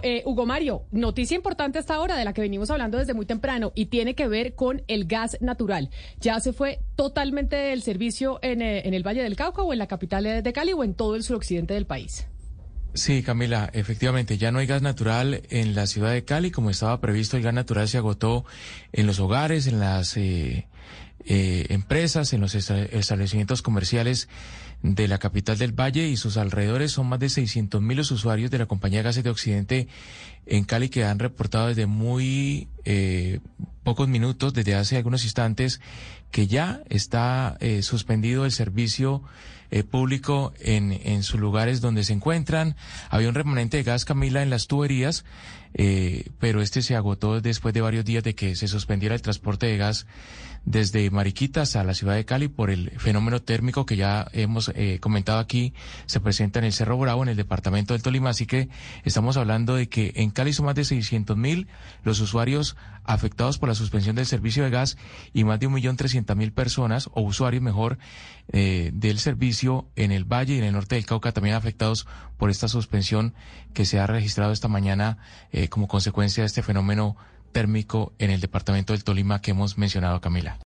Hugo Mario, noticia importante hasta ahora de la que venimos hablando desde muy temprano y tiene que ver con el gas natural. ¿Ya se fue totalmente el servicio en el Valle del Cauca o en la capital de Cali o en todo el suroccidente del país? Sí, Camila, efectivamente, ya no hay gas natural en la ciudad de Cali como estaba previsto. El gas natural se agotó en los hogares, en las empresas, en los establecimientos comerciales de la capital del Valle y sus alrededores. Son más de 600.000 los usuarios de la compañía de Gases de Occidente en Cali que han reportado desde muy pocos minutos, desde hace algunos instantes, que ya está suspendido el servicio público en sus lugares donde se encuentran. Había un remanente de gas, Camila, en las tuberías, pero este se agotó después de varios días de que se suspendiera el transporte de gas desde Mariquitas a la ciudad de Cali por el fenómeno térmico que ya hemos comentado aquí, se presenta en el Cerro Bravo, en el departamento del Tolima. Así que estamos hablando de que en Cali son más de 600.000 los usuarios afectados por la suspensión del servicio de gas y más de 1.300.000 personas, o usuarios mejor, del servicio en el Valle y en el norte del Cauca también afectados por esta suspensión que se ha registrado esta mañana como consecuencia de este fenómeno térmico en el departamento del Tolima que hemos mencionado, Camila.